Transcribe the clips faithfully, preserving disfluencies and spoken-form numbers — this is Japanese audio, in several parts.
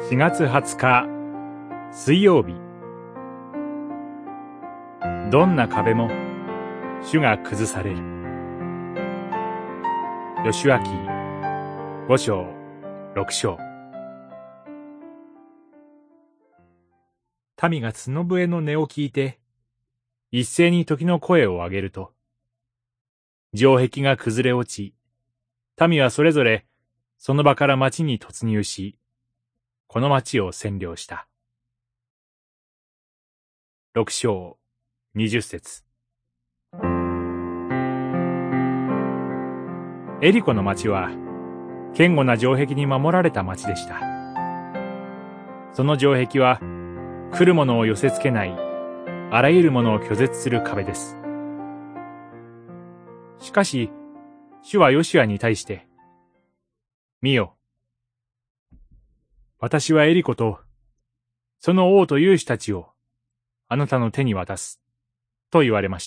しがつはつか水曜日。どんな壁も主が崩される。ヨシュア記ご章ろく章。民が角笛の音を聞いて一斉に時の声を上げると、城壁が崩れ落ち、民はそれぞれその場から町に突入し、この町を占領した。六章二十節。エリコの町は堅固な城壁に守られた町でした。その城壁は来る者を寄せつけないあらゆるものを拒絶する壁です。しかし主はヨシュアに対して、見よ、私はエリコとその王と勇士たちをあなたの手に渡すと言われました。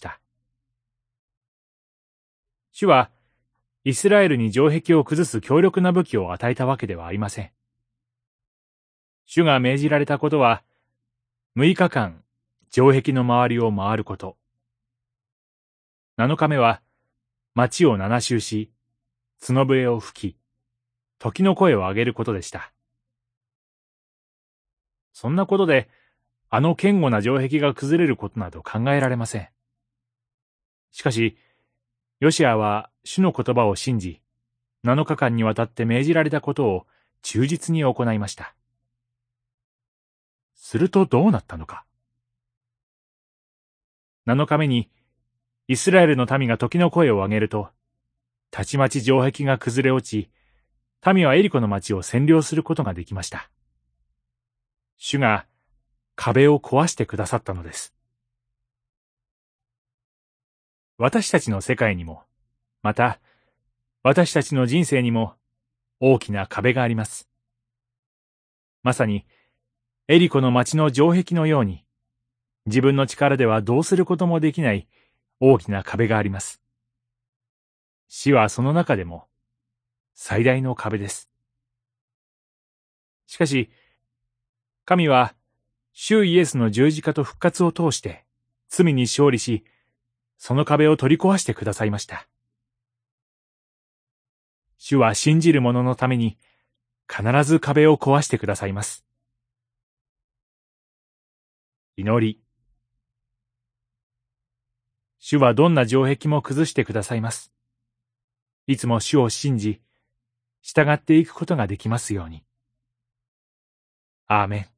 主はイスラエルに城壁を崩す強力な武器を与えたわけではありません。主が命じられたことは、六日間城壁の周りを回ること。七日目は町を七周し、角笛を吹き、時の声を上げることでした。そんなことで、あの堅固な城壁が崩れることなど考えられません。しかし、ヨシアは主の言葉を信じ、七日間にわたって命じられたことを忠実に行いました。するとどうなったのか。七日目に、イスラエルの民が時の声を上げると、たちまち城壁が崩れ落ち、民はエリコの町を占領することができました。主が壁を壊してくださったのです。私たちの世界にも、また私たちの人生にも大きな壁があります。まさにエリコの町の城壁のように、自分の力ではどうすることもできない大きな壁があります。死はその中でも最大の壁です。しかし、神は主イエスの十字架と復活を通して罪に勝利し、その壁を取り壊してくださいました。主は信じる者のために必ず壁を壊してくださいます。祈り。主はどんな城壁も崩してくださいます。いつも主を信じ、従っていくことができますように。アーメン。